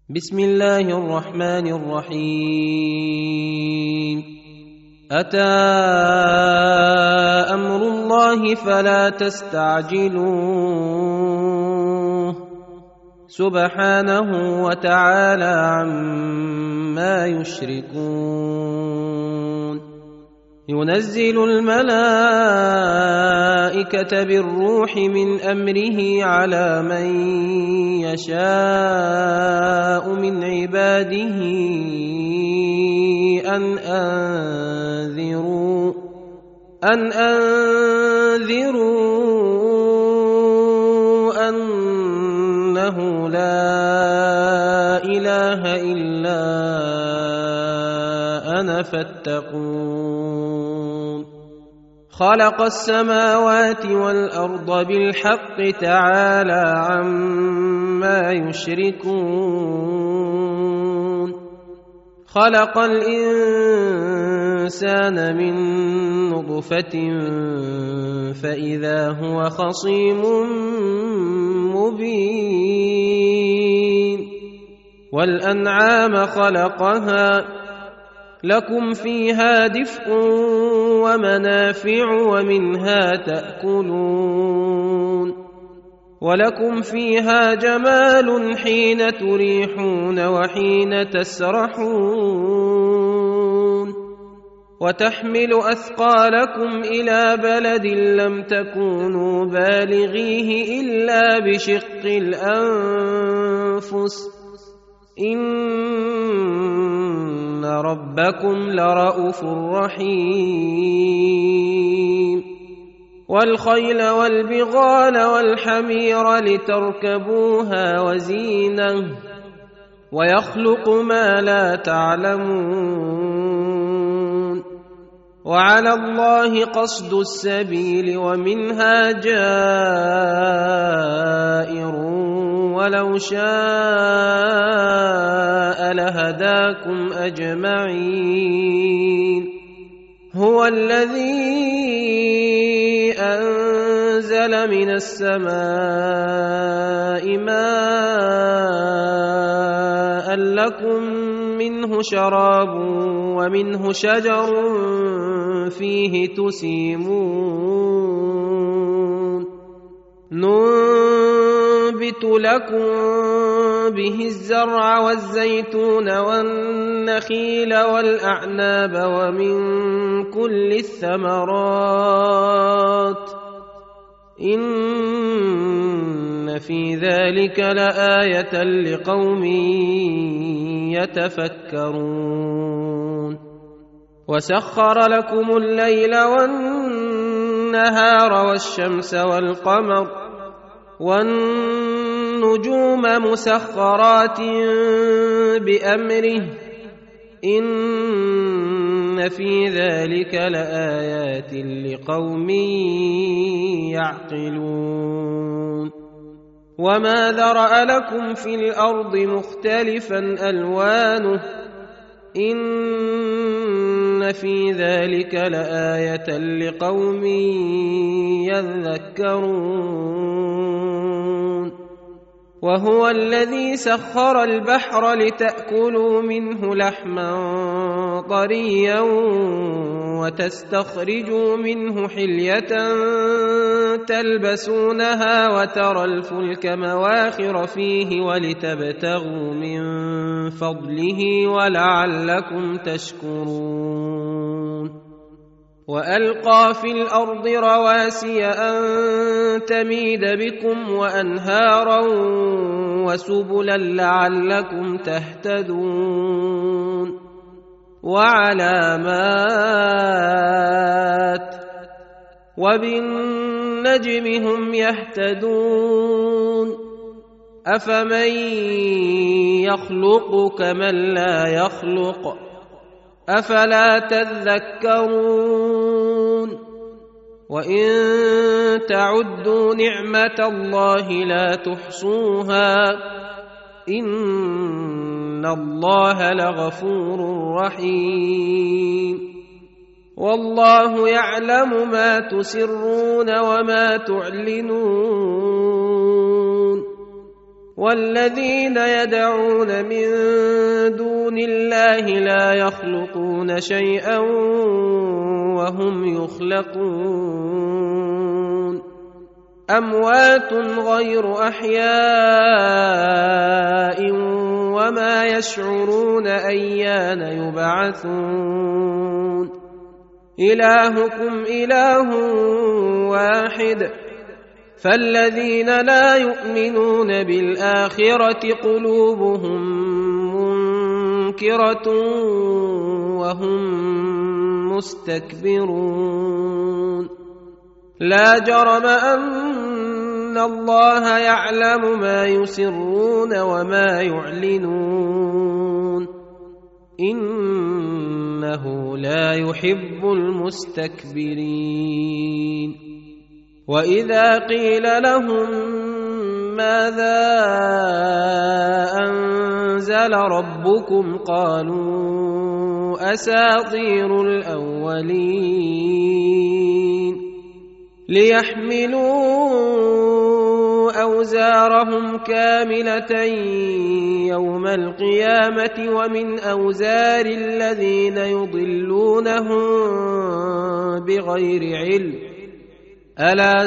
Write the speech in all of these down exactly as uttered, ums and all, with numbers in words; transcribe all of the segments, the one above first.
بسم الله الرحمن الرحيم. أتى أمر الله فلا تستعجلوه سبحانه وتعالى عما يشركون. ينزل الملائكة بالروح من أمره على من يشاء من عباده أن أنذروا أن أنذروا أنه لا إله إلا أنا فاتقون. خلق السماوات والأرض بالحق تعالى عما يشركون. خلق الإنسان من نطفة فإذا هو خصيم مبين. والأنعام خلقها لكم فيها دفء ومنافع ومنها تأكلون ولكم فيها جمال حين تريحون وحين تسرحون. وتحمل أثقالكم إلى بلد لم تكونوا بالغيه إلا بشق الأنفس إن ربكم لرءوف رحيم. والخيل والبغال والحمير لتركبوها وزينة ويخلق ما لا تعلمون. وعلى الله قصد السبيل ومنها جائر ولو شاء لهداكم أجمعين. هو الذي أنزل من السماء ماء لكم منه شراب ومنه شجر فيه تسيمون. ننبت لكم به الزرع والزيتون والنخيل والأعناب ومن كل الثمرات إن في ذلك لآية لقوم يتفكرون. وسخر لكم الليل والنهار والشمس والقمر والنجوم مسخرات بأمره إن في ذلك لآيات لقوم يعقلون. وما ذرأ لكم في الأرض مختلفا ألوانه إن في ذلك لآية لقوم يذكرون. وهو الذي سخر البحر لتأكلوا منه لحما طريا وتستخرجوا منه حلية تلبسونها وترى الفلك مواخر فيه ولتبتغوا من فضله ولعلكم تشكرون. وألقى في الأرض رواسي أن تميد بكم وأنهارا وسبلا لعلكم تهتدون. وعلامات وبالنجم هم يهتدون. أفمن يخلق كمن لا يخلق أفلا تذكرون. وإن تعدوا نعمة الله لا تحصوها إن الله لغفور رحيم. والله يعلم ما تسرون وما تعلنون والذين يدعون من دون الله لا يخلقون شيئا وهم يخلقون أموات غير أحياء وما يشعرون أيان يبعثون إلهكم إله واحد فالذين لا يؤمنون بالآخرة قلوبهم منكرة وهم مستكبرون لا جرم أن الله يعلم ما يسرون وما يعلنون إنه لا يحب المستكبرين وإذا قيل لهم ماذا أنزل ربكم قالوا أساطير الأولين ليحملوا أوزارهم كاملة يوم القيامة ومن أوزار الذين يضلونهم بغير علم ألا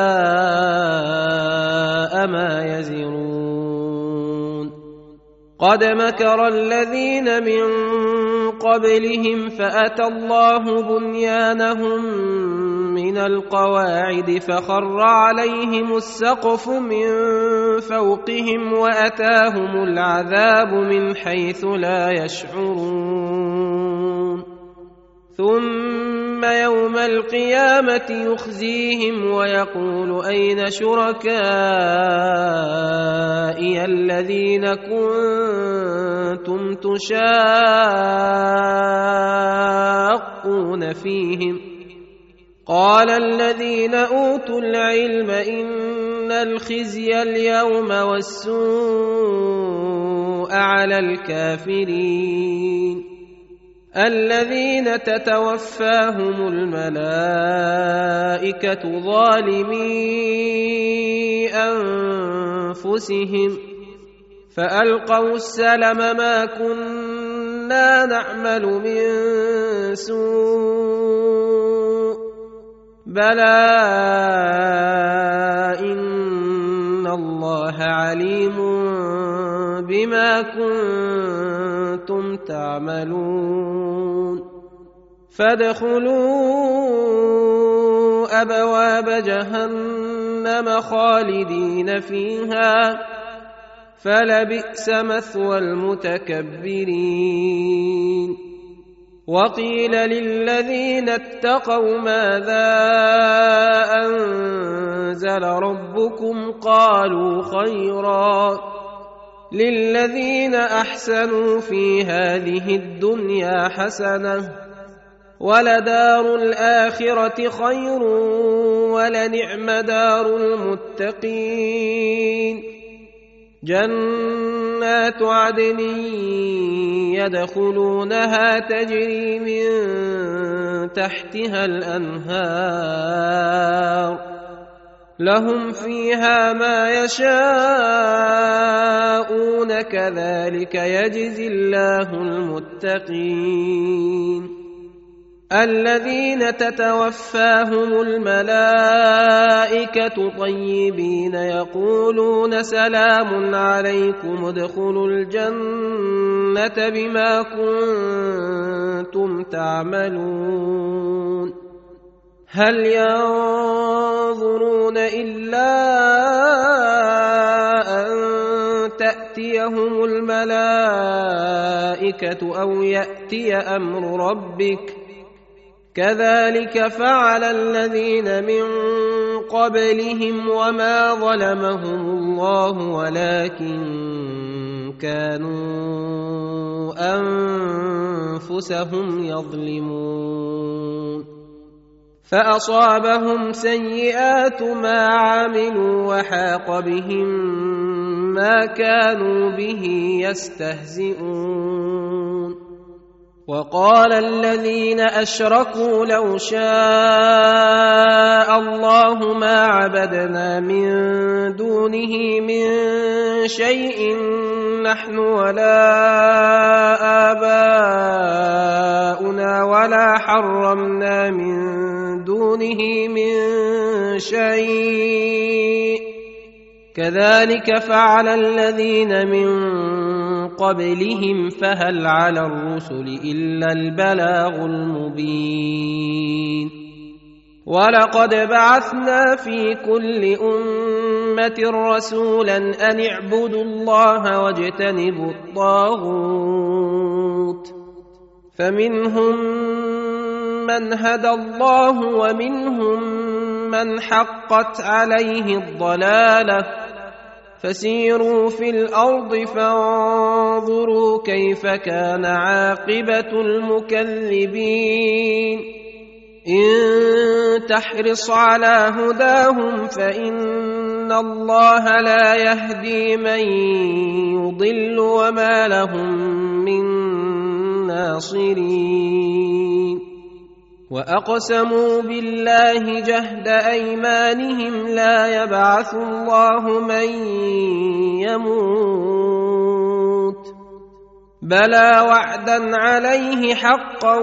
ساء ما يزرون قد مكر الذين من قبلهم فأتى الله بنيانهم من القواعد فخر عليهم السقف من فوقهم وأتاهم العذاب من حيث لا يشعرون ثم يوم القيامة يخزيهم ويقول أين شركائي الذين كنتم تشاقون فيهم قال الذين أوتوا العلم إن الخزي اليوم والسوء على الكافرين الذين تتوفاهم الملائكة ظالمي أنفسهم فألقوا السلم ما كنا نعمل من سوء بلى إن الله عليم بما كنتم تعملون فادخلوا أبواب جهنم خالدين فيها فلبئس مثوى المتكبرين وقيل للذين اتقوا ماذا أنزل ربكم قالوا خيرا للذين أحسنوا في هذه الدنيا حسنة ولدار الآخرة خير ولنعم دار المتقين جنات عدن يدخلونها تجري من تحتها الأنهار لهم فيها ما يشاءون كذلك يجزي الله المتقين الذين تتوفاهم الملائكة طيبين يقولون سلام عليكم ادخلوا الجنة بما كنتم تعملون هل ينظرون إلا أن تأتيهم الملائكة أو يأتي أمر ربك كذلك فعل الذين من قبلهم وما ظلمهم الله ولكن كانوا أنفسهم يظلمون فأصابهم سيئات ما عملوا وحاق بهم ما كانوا به يستهزئون وقال الذين أشركوا لو شاء الله ما عبدنا من دونه من شيء نحن ولا آباؤنا ولا حرمنا من دونه من شيء كذلك فعل الذين من قبلهم فهل على الرسل إلا البلاغ المبين ولقد بعثنا في كل أمة رسولا أن اعبدوا الله واجتنبوا الطاغوت فمنهم من هدى الله ومنهم من حقت عليه الضلالة فسيروا في الأرض فانظروا كيف كان عاقبة المكذبين إن تحرص على هداهم فإن الله لا يهدي من يضل وما لهم من ناصرين وأقسموا بالله جهد أيمانهم لا يبعث الله من يموت بلى وعدا عليه حقا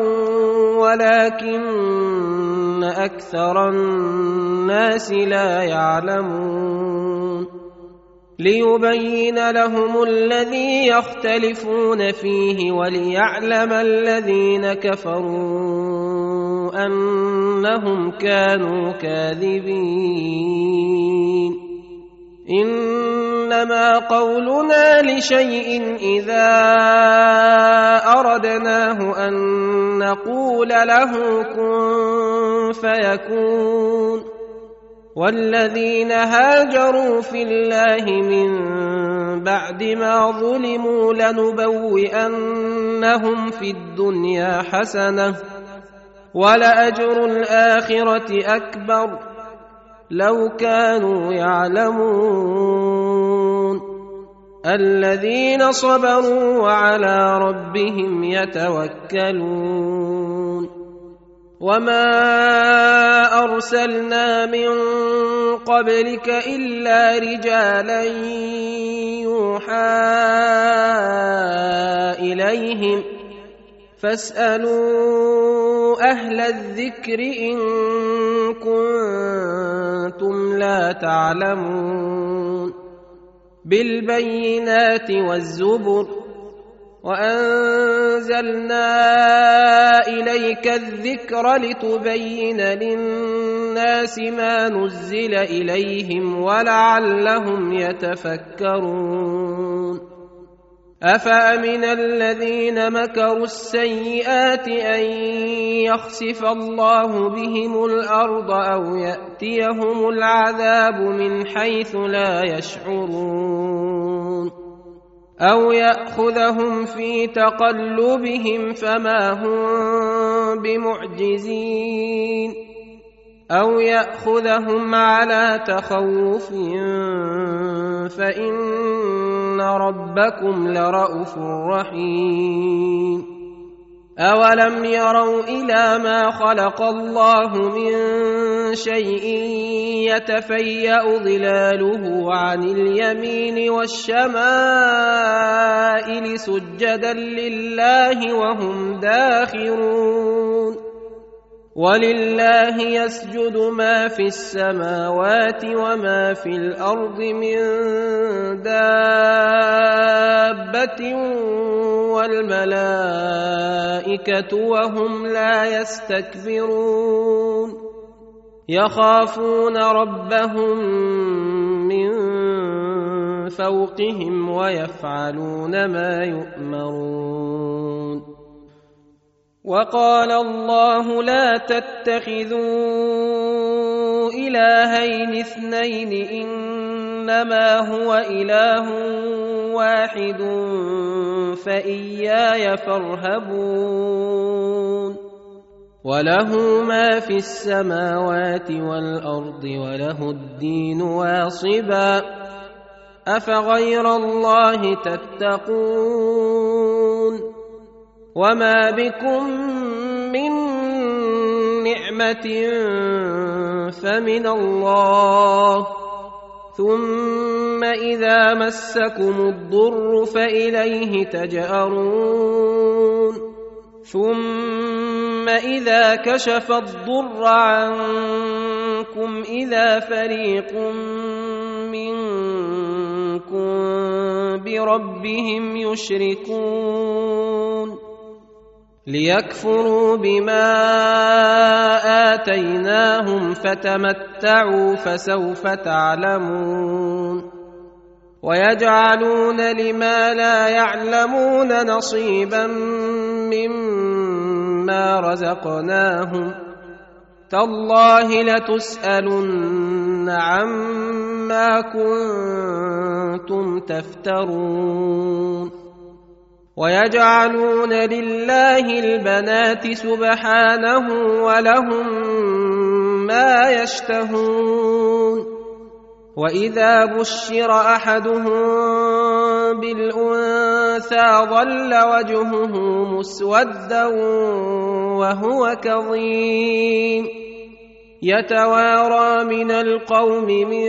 ولكن أكثر الناس لا يعلمون ليبين لهم الذي يختلفون فيه وليعلم الذين كفروا أنهم كانوا كاذبين إنما قولنا لشيء إذا أردناه أن نقول له كن فيكون والذين هاجروا في الله من بعد ما ظلموا لنبوئنهم في الدنيا حسنة ولأجر الآخرة أكبر لو كانوا يعلمون الذين صبروا وعلى ربهم يتوكلون وما أرسلنا من قبلك إلا رجالا يوحى إليهم فاسألوا أهل الذكر إن كنتم لا تعلمون بالبينات والزبر وأنزلنا إليك الذكر لتبين للناس ما نزل إليهم ولعلهم يتفكرون أفأمن الذين مكروا السيئات أن يخسف الله بهم الأرض أو يأتيهم العذاب من حيث لا يشعرون أو يأخذهم في تقلبهم فما هم بمعجزين أو يأخذهم على تخوف فإن ربكم لرءوف رحيم أولم يروا إلى ما خلق الله من شيء يتفيأ ظلاله عن اليمين والشمائل سجدا لله وهم داخرون ولله يسجد ما في السماوات وما في الأرض من دابة والملائكة وهم لا يستكبرون يخافون ربهم من فوقهم ويفعلون ما يؤمرون وقال الله لا تتخذوا إلهين اثنين إنما هو إله واحد فإياي فارهبون وله ما في السماوات والأرض وله الدين واصبا أفغير الله تتقون وما بكم من نعمة فمن الله ثم إذا مسكم الضر فإليه تجأرون ثم إذا كشف الضر عنكم إذا فريق منكم بربهم يشركون ليكفروا بما آتيناهم فتمتعوا فسوف تعلمون ويجعلون لما لا يعلمون نصيبا مما رزقناهم تالله لتسألن عما كنتم تفترون ويجعلون لله البنات سبحانه ولهم ما يشتهون وإذا بشر أحدهم بالأنثى ظل وجهه مسودا وهو كظيم يتوارى من القوم من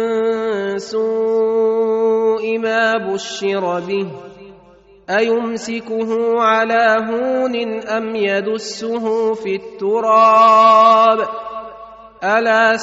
سوء ما بشر به أيمسكه على هون أم يدسه في التراب ألا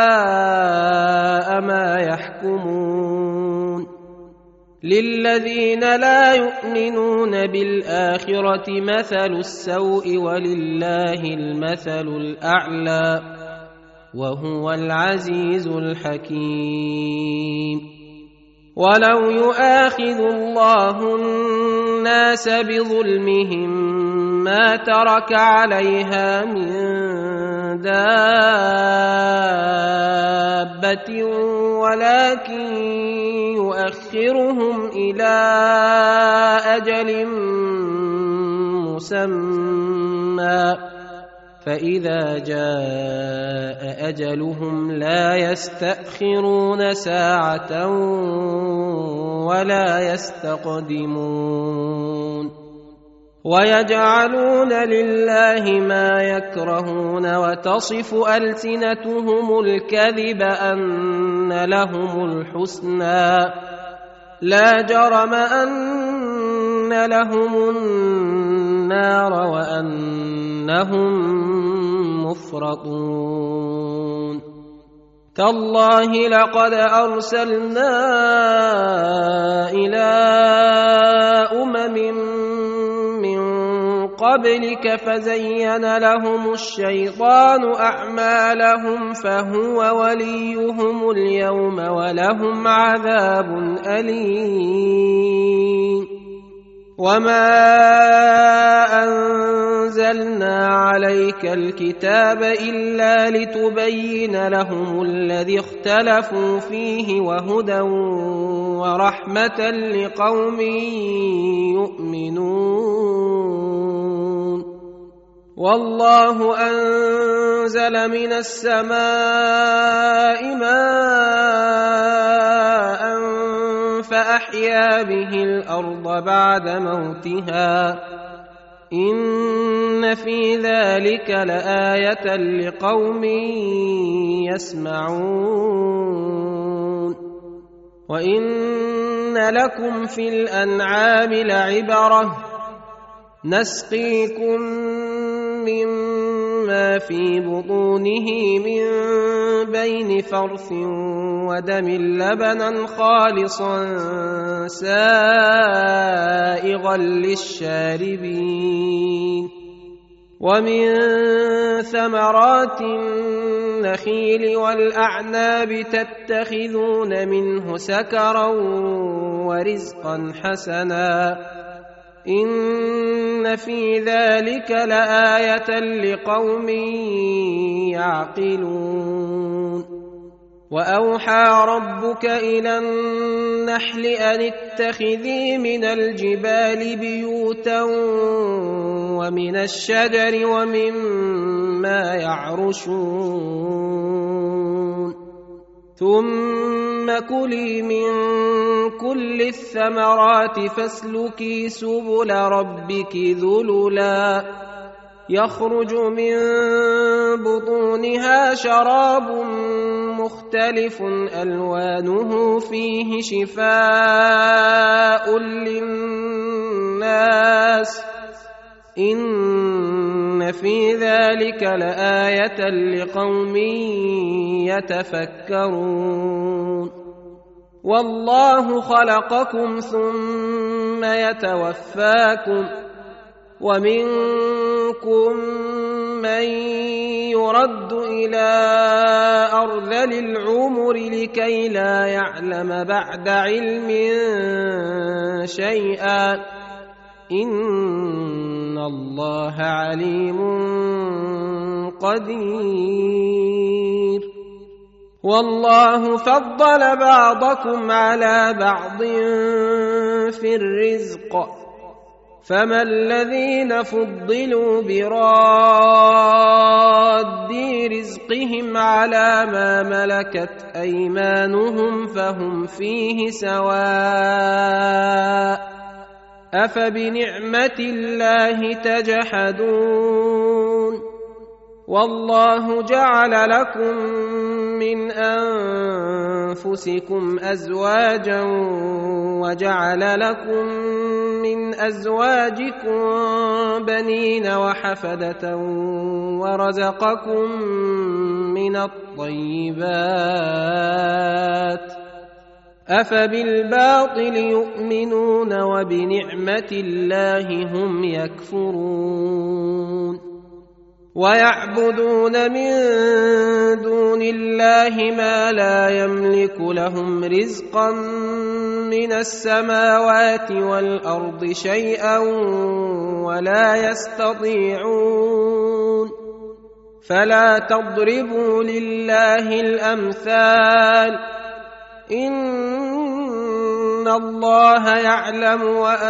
ساء ما يحكمون للذين لا يؤمنون بالآخرة مثل السوء ولله المثل الأعلى وهو العزيز الحكيم ولو يؤاخذ الله الناس بظلمهم ما ترك عليها من دابة ولكن يؤخرهم إلى أجل مسمى فإذا جاء أجلهم لا يستأخرون ساعة ولا يستقدمون ويجعلون لله ما يكرهون وتصف ألسنتهم الكذب أن لهم الحسنى لا جرم أن لهم النار وأنهم مفرطون تالله لقد أرسلنا إلى أمم قبلك فزين لهم الشيطان أعمالهم فهو وليهم اليوم ولهم عذاب أليم وما أنزلنا عليك الكتاب إلا لتبين لهم الذي اختلفوا فيه وهدى ورحمة لقوم يؤمنون والله أنزل من السماء ماء فأحيا به الأرض بعد موتها إن في ذلك لآية لقوم يسمعون وإن لكم في الأنعام لعبرة نسقيكم مما في بطونه من بين فرث ودم لبنا خالصا سائغا للشاربين ومن ثمرات النخيل والأعناب تتخذون منه سكرا ورزقا حسنا إن في ذلك لآية لقوم يعقلون وأوحى ربك إلى النحل أن اتخذي من الجبال بيوتا ومن الشجر ومما يعرشون ثم كلي من كل الثمرات فاسلكي سبل ربك ذللا يخرج من بطونها شراب مختلف ألوانه فيه شفاء للناس إن في ذلك لآية لقوم يتفكرون والله خلقكم ثم يتوفاكم ومنكم من يرد إلى أرذل العمر لكي لا يعلم بعد علم شيئا إن الله عليم قدير والله فضل بعضكم على بعض في الرزق فما الذين فضلوا براد رزقهم على ما ملكت أيمانهم فهم فيه سواء أفبنعمة الله تجحدون والله جعل لكم من أنفسكم أزواجا وجعل لكم من أزواجكم بنين وحفدة ورزقكم من الطيبات أفبالباطل يؤمنون وبنعمة الله هم يكفرون ويعبدون من دون الله ما لا يملك لهم رزقا من السماوات والأرض شيئا ولا يستطيعون فلا تضربوا لله الأمثال إن الله يعلم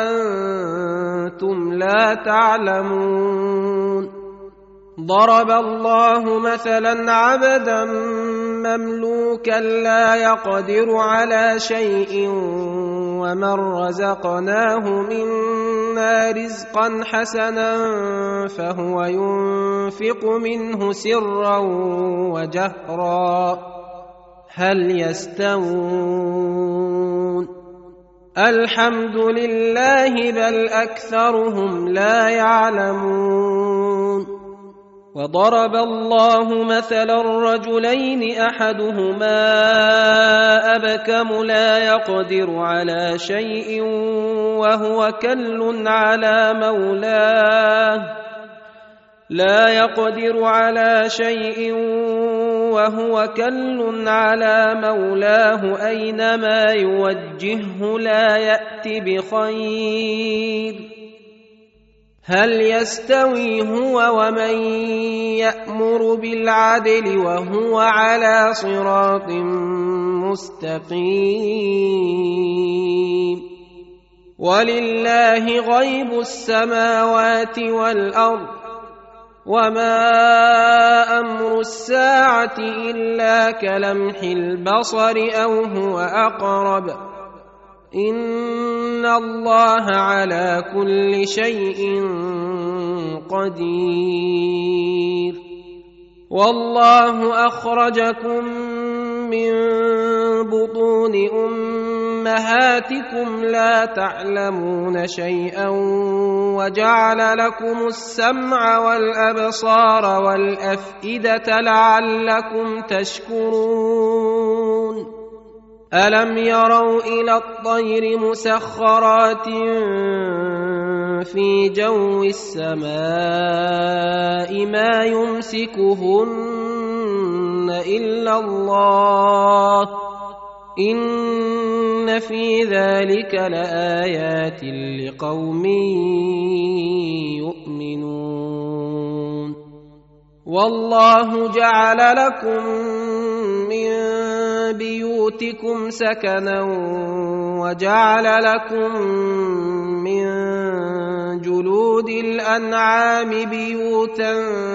وأنتم لا تعلمون ضرب الله مثلا عبدا مملوكا لا يقدر على شيء ومن رزقناه منا رزقا حسنا فهو ينفق منه سرا وجهرا هل يستوون الحمد لله بل أكثرهم لا يعلمون وضرب الله مثلا الرجلين أحدهما أبكم لا يقدر على شيء وهو كل على مولاه لا يقدر على شيء وهو كل على مولاه أينما يوجهه لا يأت بخير هل يستوي هو ومن يأمر بالعدل وهو على صراط مستقيم ولله غيب السماوات والأرض وما أمر الساعة إلا كلمح البصر أو هو أقرب إن الله على كل شيء قدير والله أخرجكم من بطون أمهاتكم لا تعلمون شيئا وجعل لكم السمع والأبصار والأفئدة لعلكم تشكرون ألم يروا إلى الطير مسخرات في جو السماء ما يمسكهن إلا الله إن في ذلك لآيات لقوم يؤمنون والله جعل لكم من بيوتكم سكنا وجعل لكم من جلود الأنعام الأنعام بيوتا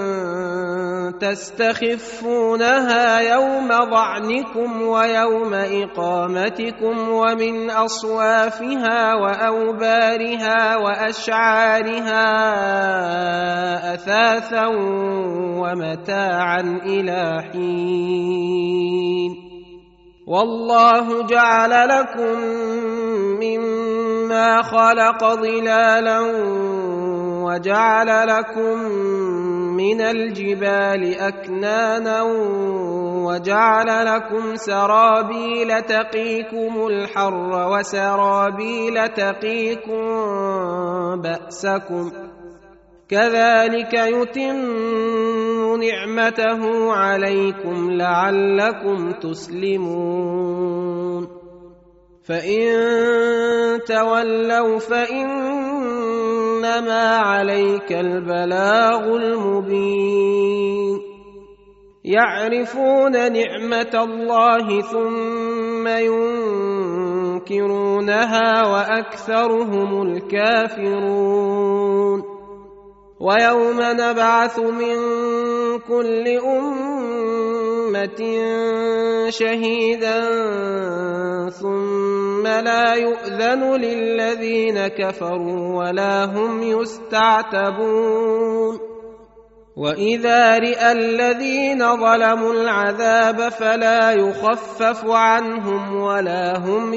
تستخفونها يوم ظعنكم ويوم إقامتكم ومن أصوافها وأوبارها وأشعارها أثاثا ومتاعا إلى حين والله جعل لكم مما خلق ظلالا وجعل لكم من الجبال أكنانا وجعل لكم سرابيل تقيكم الحر وسرابيل تقيكم بأسكم كذلك يتم نعمته عليكم لعلكم تسلمون فإن تولوا فإنما عليك البلاغ المبين يعرفون نعمة الله ثم ينكرونها وأكثرهم الكافرون ويوم نبعث من كل أمة شهيدا ثم لا يؤذن للذين كفروا ولا هم يستعتبون وإذا رئى الذين ظلموا العذاب فلا يخفف عنهم ولا هم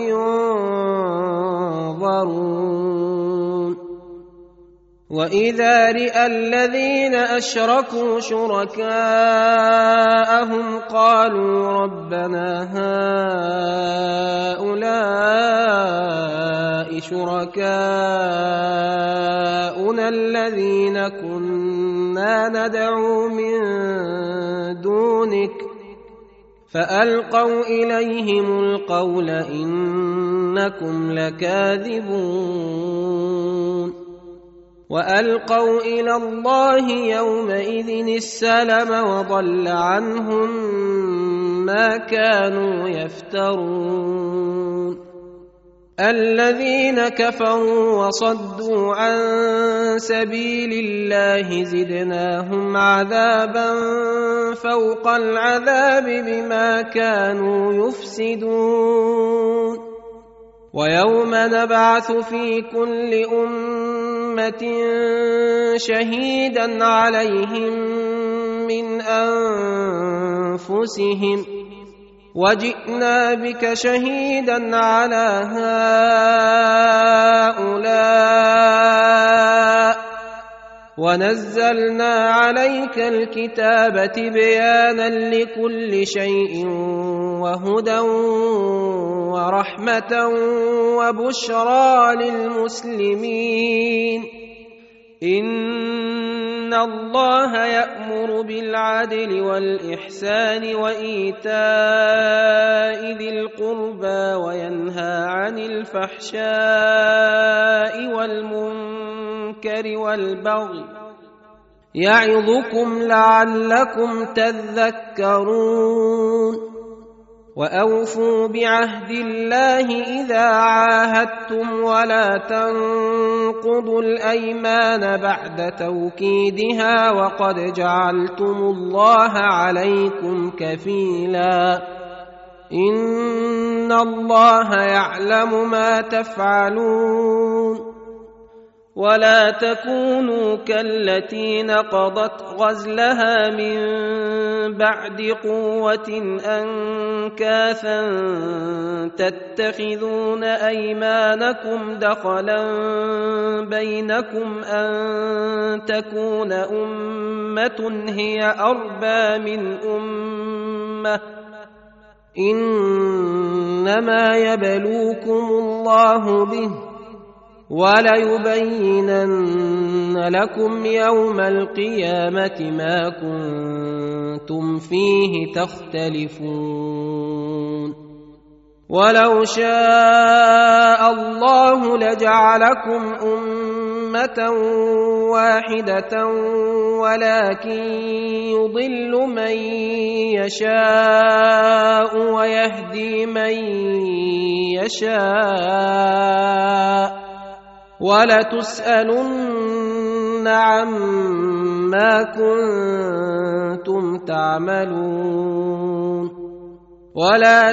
ينظرون وإذا رئى الذين أشركوا شركاءهم قالوا ربنا هؤلاء شركاؤنا الذين كنا ندعو من دونك فألقوا إليهم القول إنكم لكاذبون وألقوا إلى الله يومئذ السلم وضل عنهم ما كانوا يفترون الذين كفروا وصدوا عن سبيل الله زدناهم عذابا فوق العذاب بما كانوا يفسدون ويوم نبعث في كل أمة شهيدا عليهم من أنفسهم وجئنا بك شهيدا على هؤلاء ونزلنا عليك الكتاب تبيانا لكل شيء وهدى ورحمة وبشرى للمسلمين إن الله يأمر بالعدل والإحسان وإيتاء ذي القربى وينهى عن الفحشاء والمنكر والبغي يعظكم لعلكم تذكرون وأوفوا بعهد الله إذا عاهدتم ولا تنقضوا الأيمان بعد توكيدها وقد جعلتم الله عليكم كفيلا إن الله يعلم ما تفعلون ولا تكونوا كالتي نقضت غزلها من بعد قوة أنكاثا تتخذون أيمانكم دخلا بينكم أن تكون أمة هي أربى من أمة إنما يبلوكم الله به وليبينن لكم يوم القيامة ما كنتم فيه تختلفون ولو شاء الله لجعلكم أمة واحدة ولكن يضل من يشاء ويهدي من يشاء ولتسألن عما كنتم تعملون ولا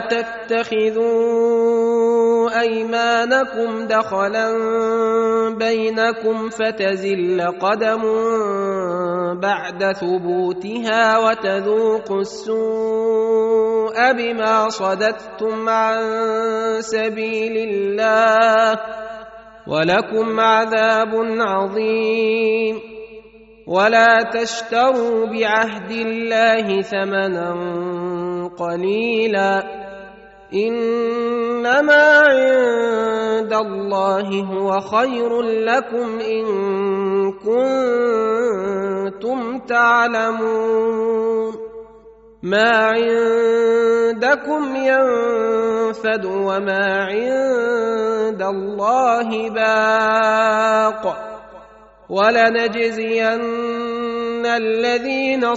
تتخذوا أيمانكم دخلا بينكم فتزل قدم بعد ثبوتها وتذوقوا السوء بما صددتم عن سبيل الله ولكم عذاب عظيم ولا تشتروا بعهد الله ثمنا قليلا إنما عند الله هو خير لكم إن كنتم تعلمون ما عندكم ينفد وما عند الله باق ولنجزين الذين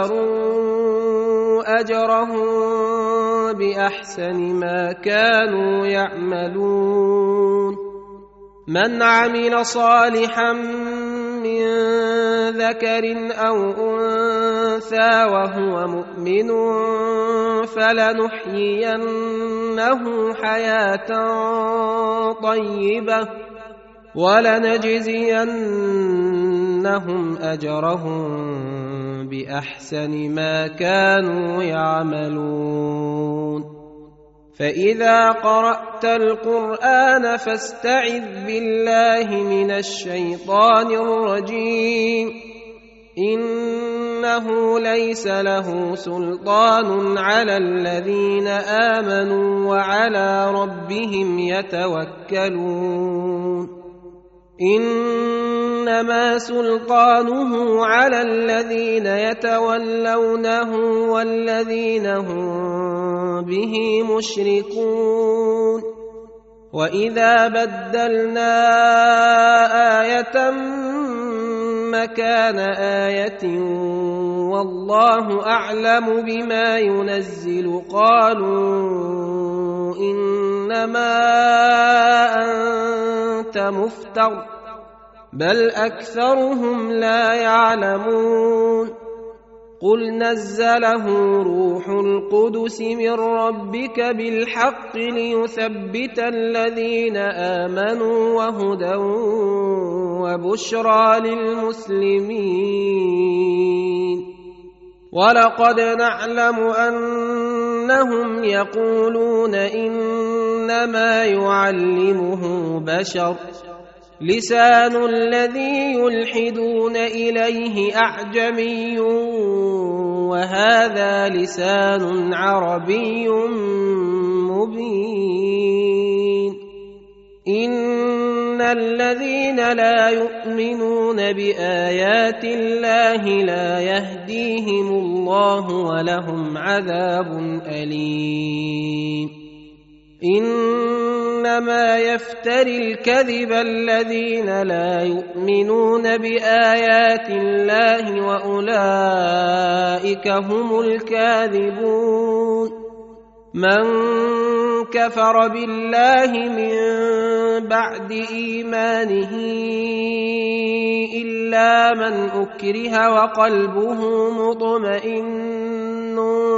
صبروا أجرهم بأحسن ما كانوا يعملون من عمل صالحا من ذكر أو أنثى وهو مؤمن فلنحيينه حياة طيبة ولنجزينهم أجرهم بأحسن ما كانوا يعملون فإذا قرأت القرآن فاستعذ بالله من الشيطان الرجيم إنه ليس له سلطان على الذين آمنوا وعلى ربهم يتوكلون إنما سلطانه على الذين يتولونه والذين هم به مشركون وإذا بدلنا آية مكان آية والله أعلم بما ينزل قالوا إنما أنت مفتر بل أكثرهم لا يعلمون قل نزله روح القدس من ربك بالحق ليثبت الذين آمنوا وهدى وبشرى للمسلمين ولقد نعلم أنهم يقولون إنما يعلمه بشر لسان الذي يلحدون إليه أعجمي وهذا لسان عربي مبين إن الذين لا يؤمنون بآيات الله لا يهديهم الله ولهم عذاب أليم إنما يفتري الكذب الذين لا يؤمنون بآيات الله وأولئك هم الكاذبون من كفر بالله من بعد إيمانه إلا من أكره وقلبه مطمئن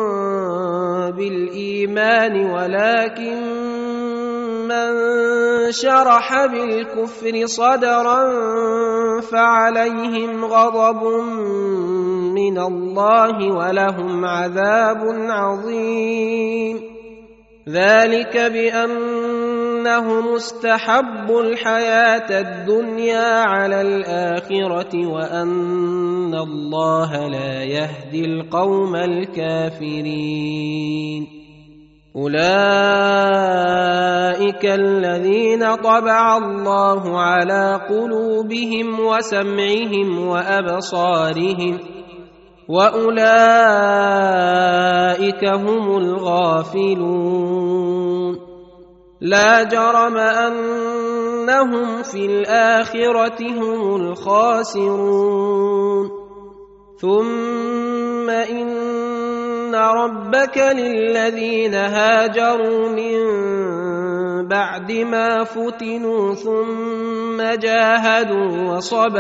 بالإيمان ولكن من شرح بالكفر صدرا فعليهم غضب من الله ولهم عذاب عظيم ذلك بأنهم استحبوا الحياة الدنيا على الآخرة وأن الله لا يهدي القوم الكافرين أولئك الذين طبع الله على قلوبهم وسمعهم وأبصارهم وأولئك هم الغافلون لا جرم أنهم في الآخرة هم الخاسرون ثم إن ربك للذين هاجروا من بعد ما فتنوا ثم جاهدوا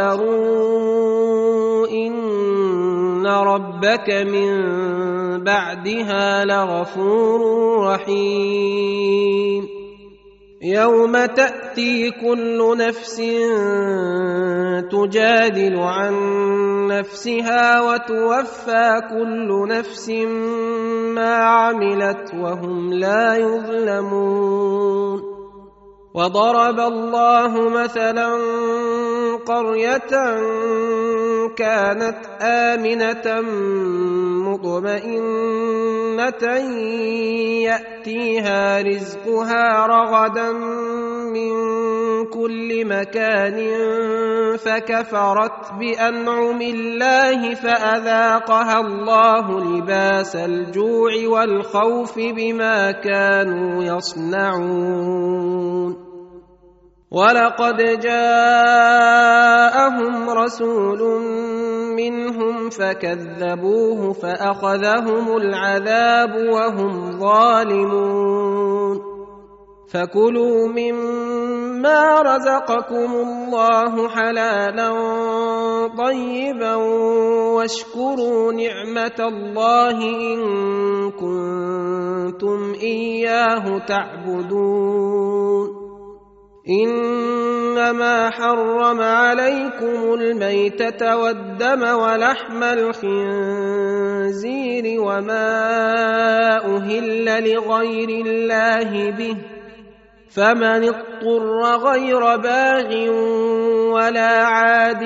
وصبروا إن ربك من بعدها لغفور رحيم يوم تأتي كل نفس تجادل عن نفسها وتوفى كل نفس ما عملت وهم لا يظلمون وضرب الله مثلا قرية كانت آمنة مطمئنة يأتيها رزقها رغدا من كل مكان فكفرت بأنعم الله فأذاقها الله لباس الجوع والخوف بما كانوا يصنعون ولقد جاءهم رسول منهم فكذبوه فأخذهم العذاب وهم ظالمون فكلوا مما رزقكم الله حلالا طيبا واشكروا نعمة الله إن كنتم إياه تعبدون إنما حرم عليكم الميتة والدم ولحم الخنزير وما أهل لغير الله به فمن اضطر غير باغ ولا عاد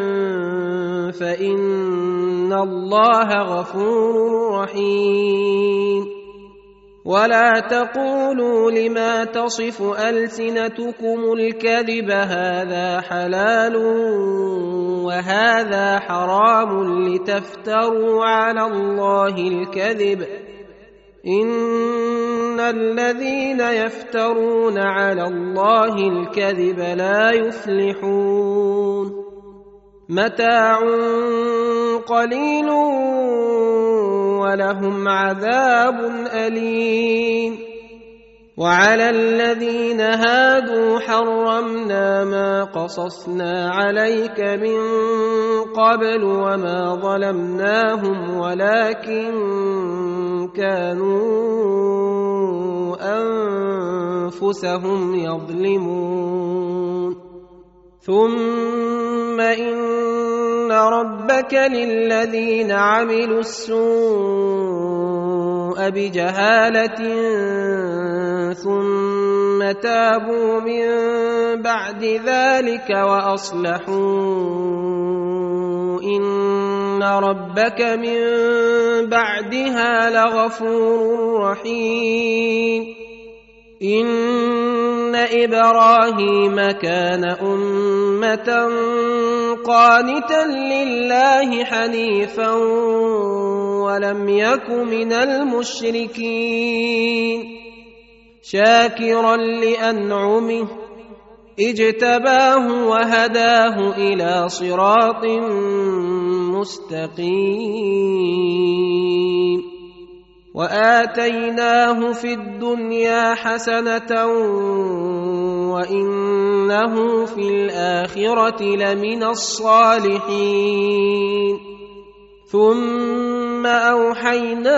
فإن الله غفور رحيم ولا تقولوا لما تصف ألسنتكم الكذب هذا حلال وهذا حرام لتفتروا على الله الكذب إن الذين يفترون على الله الكذب لا يفلحون متاع قليل ولهم عذاب أليم وعلى الذين هادوا حرمنا ما قصصنا عليك من قبل وما ظلمناهم ولكن كانوا أنفسهم يظلمون ثم إن ربك للذين عملوا السوء بجهالة ثم تابوا من بعد ذلك وأصلحوا إن ربك من بعدها لغفور رحيم إن إبراهيم كان أمة قانتا لله حنيفا ولم يك من المشركين شاكرا لأنعمه اجتباه وهداه إلى صراط مستقيم وآتيناه في الدنيا حسنة وإنه في الآخرة لمن الصالحين ثم أوحينا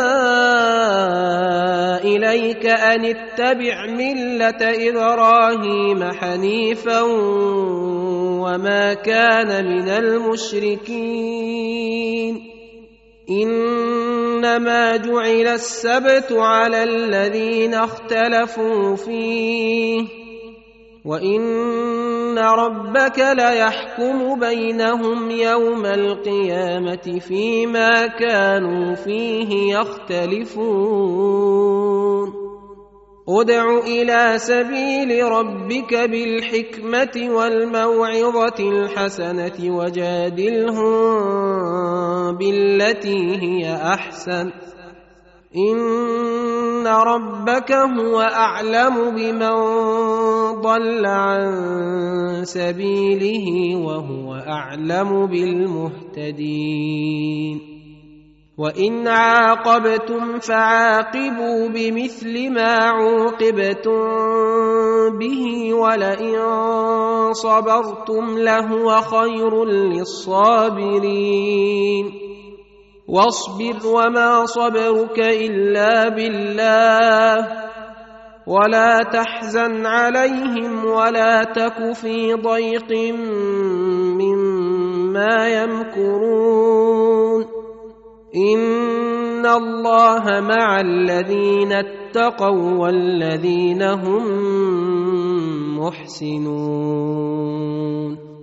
إليك أن اتبع ملة إبراهيم حنيفا وما كان من المشركين إنما جعل السبت على الذين اختلفوا فيه وإن ربك ليحكم بينهم يوم القيامة فيما كانوا فيه يختلفون ادع إلى سبيل ربك بالحكمة والموعظة الحسنة وجادلهم بالتي هي أحسن إن ربك هو أعلم بمن ضل عن سبيله وهو أعلم بالمهتدين وإن عاقبتم فعاقبوا بمثل ما عوقبتم به ولئن صبرتم لهو خير للصابرين واصبر وما صبرك إلا بالله ولا تحزن عليهم ولا تك في ضيق مما يمكرون إن الله مع الذين اتقوا والذين هم محسنون